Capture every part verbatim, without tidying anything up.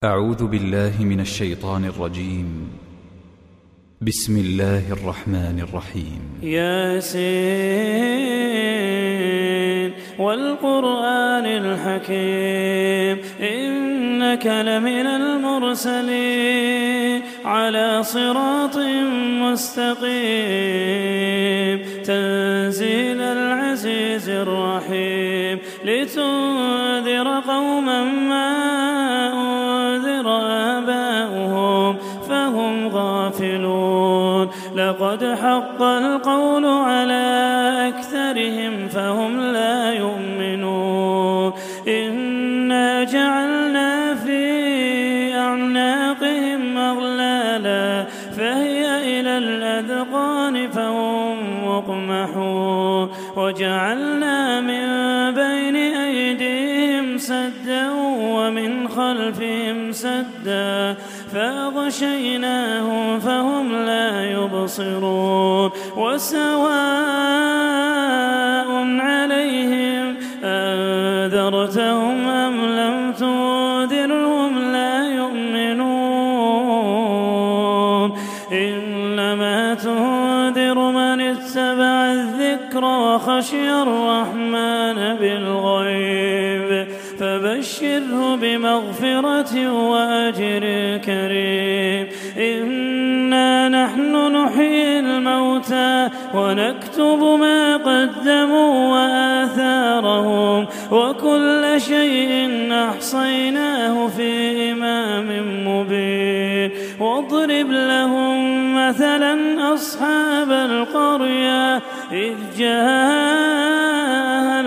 أعوذ بالله من الشيطان الرجيم. بسم الله الرحمن الرحيم. ياسين والقرآن الحكيم إنك لمن المرسلين على صراط مستقيم تنزيل العزيز الرحيم لتنذر قوما ما أنذر آباؤهم فهم غافلون لقد حق القول على أكثرهم فهم لا يؤمنون إنا جعلنا في أعناقهم أغلالا فهي إلى الأذقان فهم مقمحون وجعلنا من بين أيديهم سدا ومن خلفهم سدا فأغشيناهم فهم لا يبصرون وسواء عليهم أنذرتهم أم لم تنذرهم لا يؤمنون إنما تنذر من اتبع الذكر وخشي الرحمن بالغيب فبشره بمغفرة وأجر كريم إنا نحن نحيي الموتى ونكتب ما قدموا وآثارهم وكل شيء أحصيناه في إمام مبين واضرب لهم مثلا أصحاب القرية إذ جاءها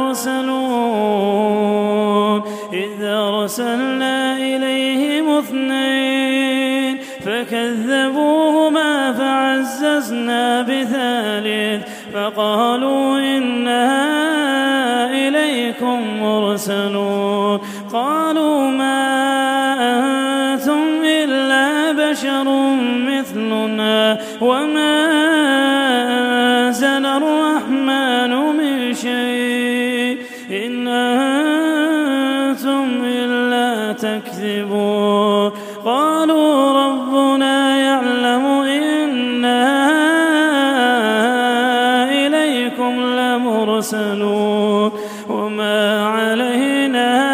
المرسلون إذ أرسلنا إليهم اثنين فكذبوهما فعززنا بثالث فقالوا إنا إليكم مرسلون قالوا ما أنتم إلا بشر مثلنا وما أنزل الرحمن من شيء إن أنتم إلا تكذبون قالوا ربنا يعلم إنا إليكم لمرسلون وما علينا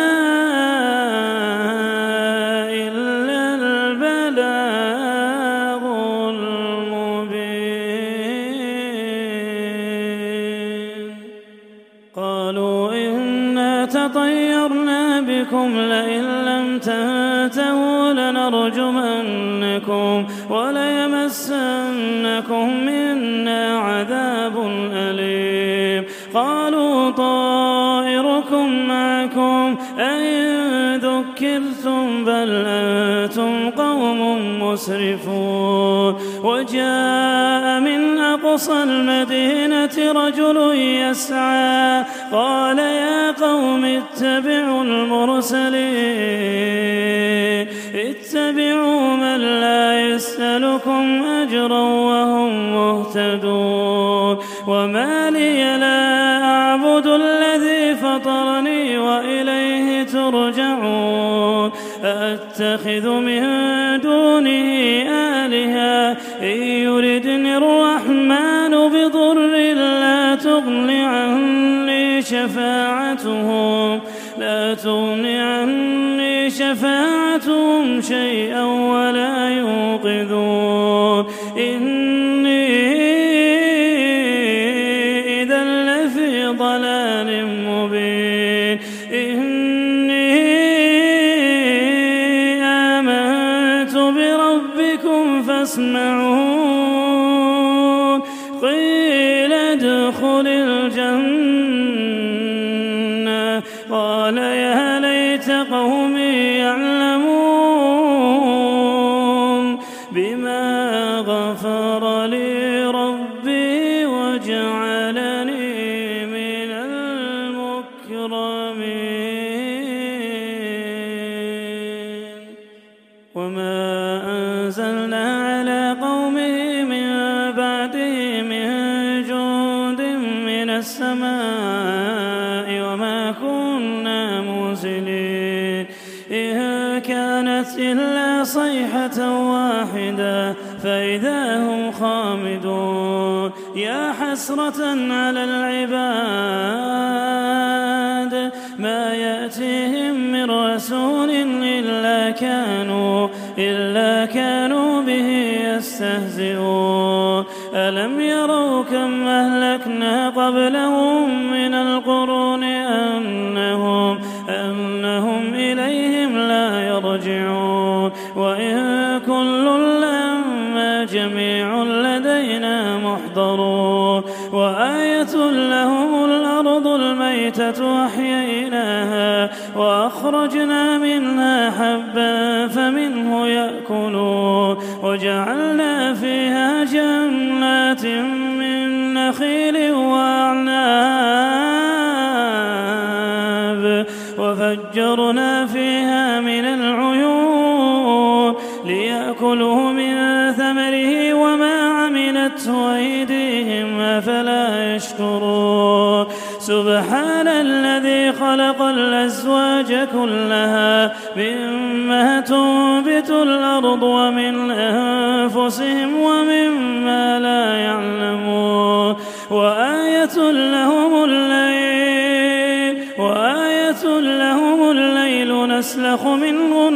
إلا البلاغ المبين قالوا إنا تطيرنا بكم لئن لم تنتهوا لنرجمنكم وليمسنكم منا عذاب أليم قالوا طائركم معكم أئن ذكرتم بل أنتم قوم مسرفون وجاء من أقصى المدينة رجل يسعى قال يا قوم اتبعوا المرسلين اتبعوا من لا يسألكم أجرا وهم مهتدون وما لي لا أعبد الذي فطرني وإليه ترجعون أتخذ من دونه آلهة إن يردني الرحمن بضر لا تغن عني شفاعتهم لا تغن عني شفاعتهم شيئا ولا ينقذون إني إذا لفي ضلال مبين إني آمنت بربكم فاسمعون قيل ادخل الجنة قال يا ليت قومي يعلمون بما غفر لي ربي وجعلني من المكرمين وما أنزلنا على قومه من بعده من جند من السماء وما كنا منزلين إن كانت إلا صيحة واحدة فإذا هم خامدون يا حسرة على العباد ما يأتيهم من رسول إلا كانوا, إلا كانوا به يستهزئون ألم يروا كم أهلكنا قبلهم من القرون أنهم, أنهم إليهم لا يرجعون وإن كل لما جميع لدينا محضرون وآية لهم الأرض الميتة أحييناها وأخرجنا منها حبا فمنه يأكلون وجعلنا فيها جنات من نخيل وأعناب وفجرنا فيها من العيون ليأكلوا من ثمره وما عملته أيديهم أفلا يشكرون سبحان الذي خلق الأزواج كلها مما تنبت الأرض ومن أنفسهم ومما لا يعلمون وآية لهم الليل وآية لهم الليل نسلخ منه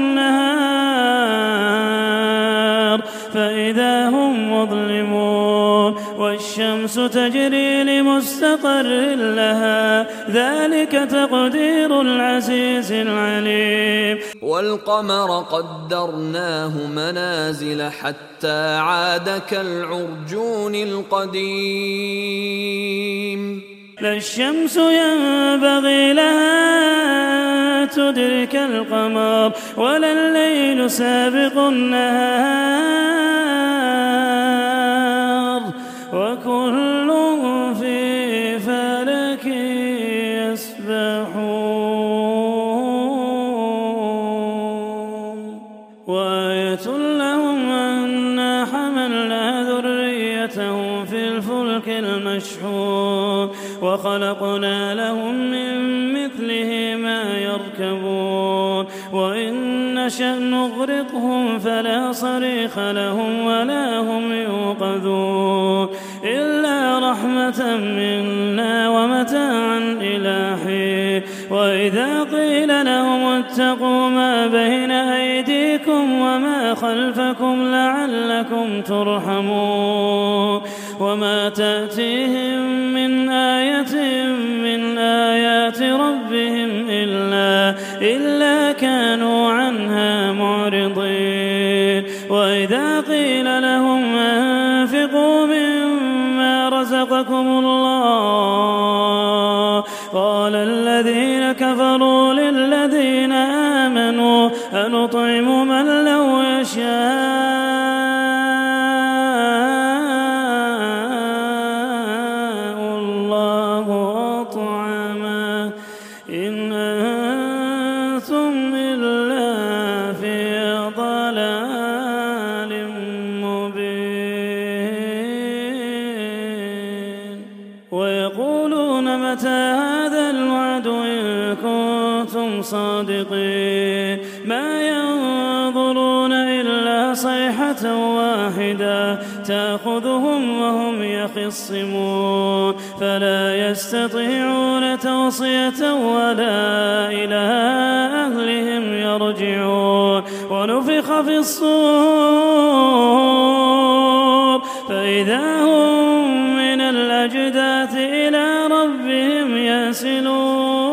النهار فإذا هم مظلمون والشمس تجري لمستقر لها ذلك تقدير العزيز العليم والقمر قدرناه منازل حتى عاد كالعرجون القديم لا الشمس ينبغي لها تدرك القمر ولا الليل سابق النهار وكل في فلك يسبحون وآية لهم أنا حملنا ذريتهم في الفلك المشحون وخلقنا لهم من مثله ما يركبون وإن نشأ نغرقهم فلا صريخ لهم ولا هم يوقظون إلا رحمة منا ومتاعا إلى حين وإذا قيل لهم اتقوا ما بين أيديكم وما خلفكم لعلكم ترحمون وما تأتيهم من آية من آيات ربهم إلا, إلا كانوا عنها معرضين وإذا قيل لهم أنفقوا مما رزقكم الله قال الذين كفروا للذين آمنوا أنطعم من لو يشاء صادقين ما ينظرون إلا صيحة واحدة تأخذهم وهم يخصمون فلا يستطيعون توصية ولا إلى أهلهم يرجعون ونفخ في الصور فإذا هم من الأجداث إلى ربهم ينسلون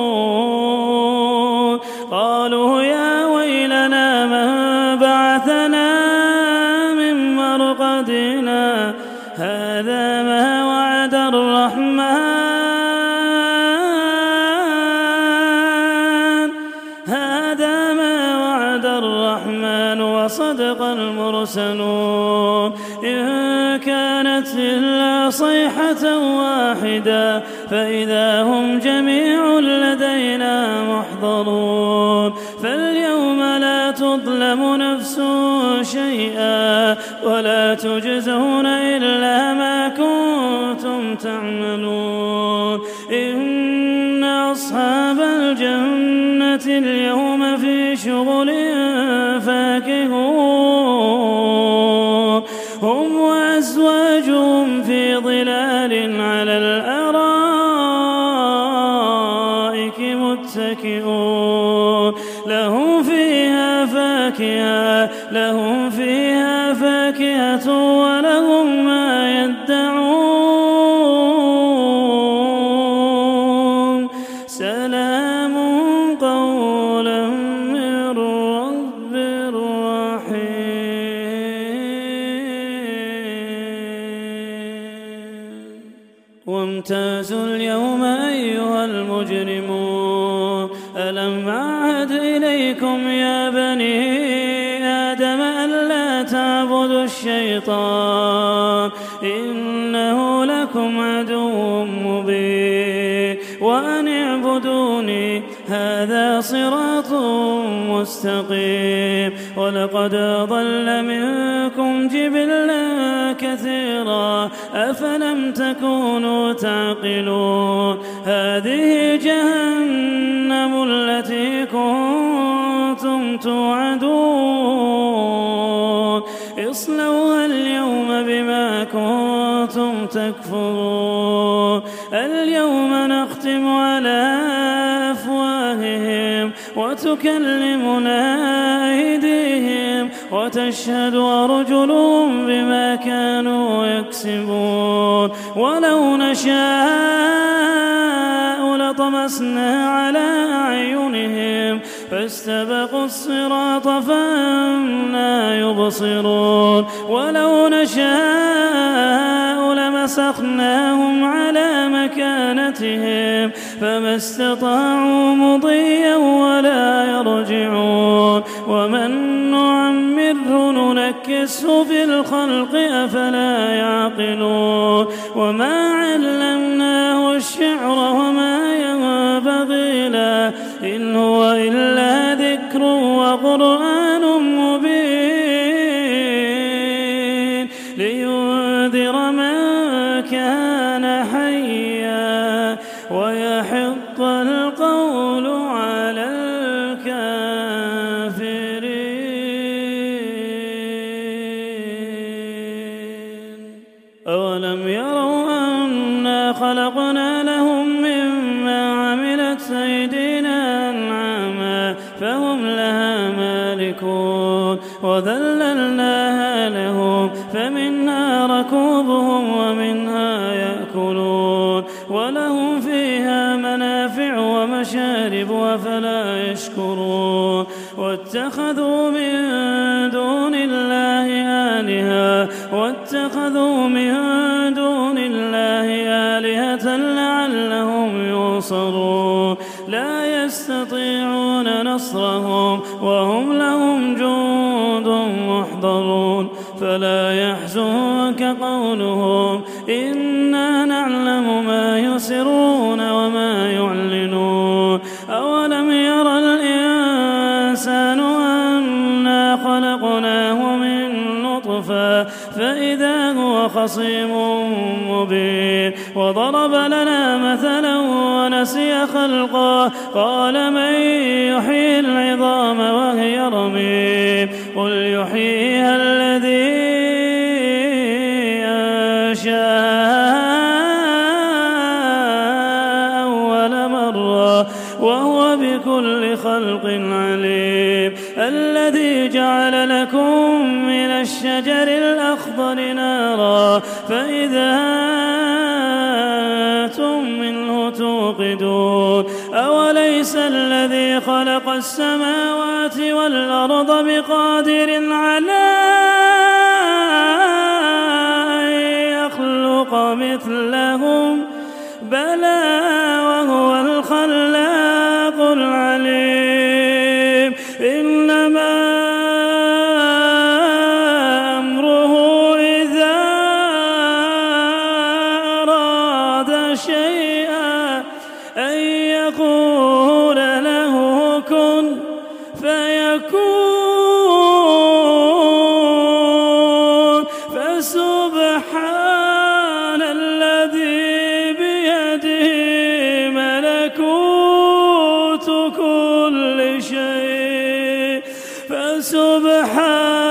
قالوا يا ويلنا من بعثنا من مرقدنا هذا ما وعد الرحمن هذا ما وعد الرحمن وصدق المرسلون إن كانت إلا صيحة واحدة فإذا هم جميع لدينا محضرون فاليوم لا تظلم نفس شيئا ولا تجزون إلا ما كنتم تعملون إن أصحاب الجنة اليوم في شغل شغل فاكهون هم وأزواجهم في ظلال على الأرائك متكئون لهم فيها فاكهة لهم فيها فاكهة ولهم ما يدعون سلام قولا من رب رحيم وامتازوا اليوم أيها المجرمون ألم أعهد إليكم يا بني آدم ألا تعبدوا الشيطان إنه لكم عدو مبين وأن اعبدوني هذا صراط مستقيم ولقد ضل منكم جبلا كثيرا أفلم تكونوا تعقلون هذه جهنم التي كنتم توعدون اصلوها اليوم بما كنتم تكفرون اليوم نختم على أفواههم وتكلمنا أيديهم وتشهد أرجلهم بما كانوا يكسبون ولو نشاء لطمسنا على أعينهم فاستبقوا الصراط فأنى يبصرون ولو نشاء لمسخناهم على مكانتهم فما استطاعوا مضيا ولا يرجعون ومن نعمره ننكسه في الخلق أفلا يعقلون وما علمناه الشعر وما ينبغي له إن هو إلا ذكر وقرآن مبين لينذر من كان حيا ويحق القول على الكافرين أولم يروا أنا خلقنا لهم مما عملت أيدينا أنعاما فهم لها مالكون وذللناها لهم فمنها ركوبهم ومنها يأكلون ولهم فيها منافع ومشارب أفلا يشكرون واتخذوا من دون الله آلهة واتخذوا من دون الله آلهة لعلهم ينصرون لا يستطيعون نصرهم وهم لهم جند محضرون فلا يحزنك قولهم إنا نعلم ما يسرون وما يعلنون أولم يرى الإنسان أنا خلقناه من نطفة فإذا هو خصيم مبين وضرب لنا مثلا ونسي خلقه قال من يحيي العظام وهي رميم قل يحييها الذي أنشاها أول مرة وهو بكل خلق عليم الذي جعل لكم من الشجر الأخضر نارا فإذا أنتم منه توقدون أوليس الذي خلق السماوات والأرض بقادر على أن يخلق مثلهم بلى وهو الخلاق العليم إنما أمره إذا أراد شيئا أن يقول له كن فيكون فسبحان الذي بيده ملكوت كل شيء سبحان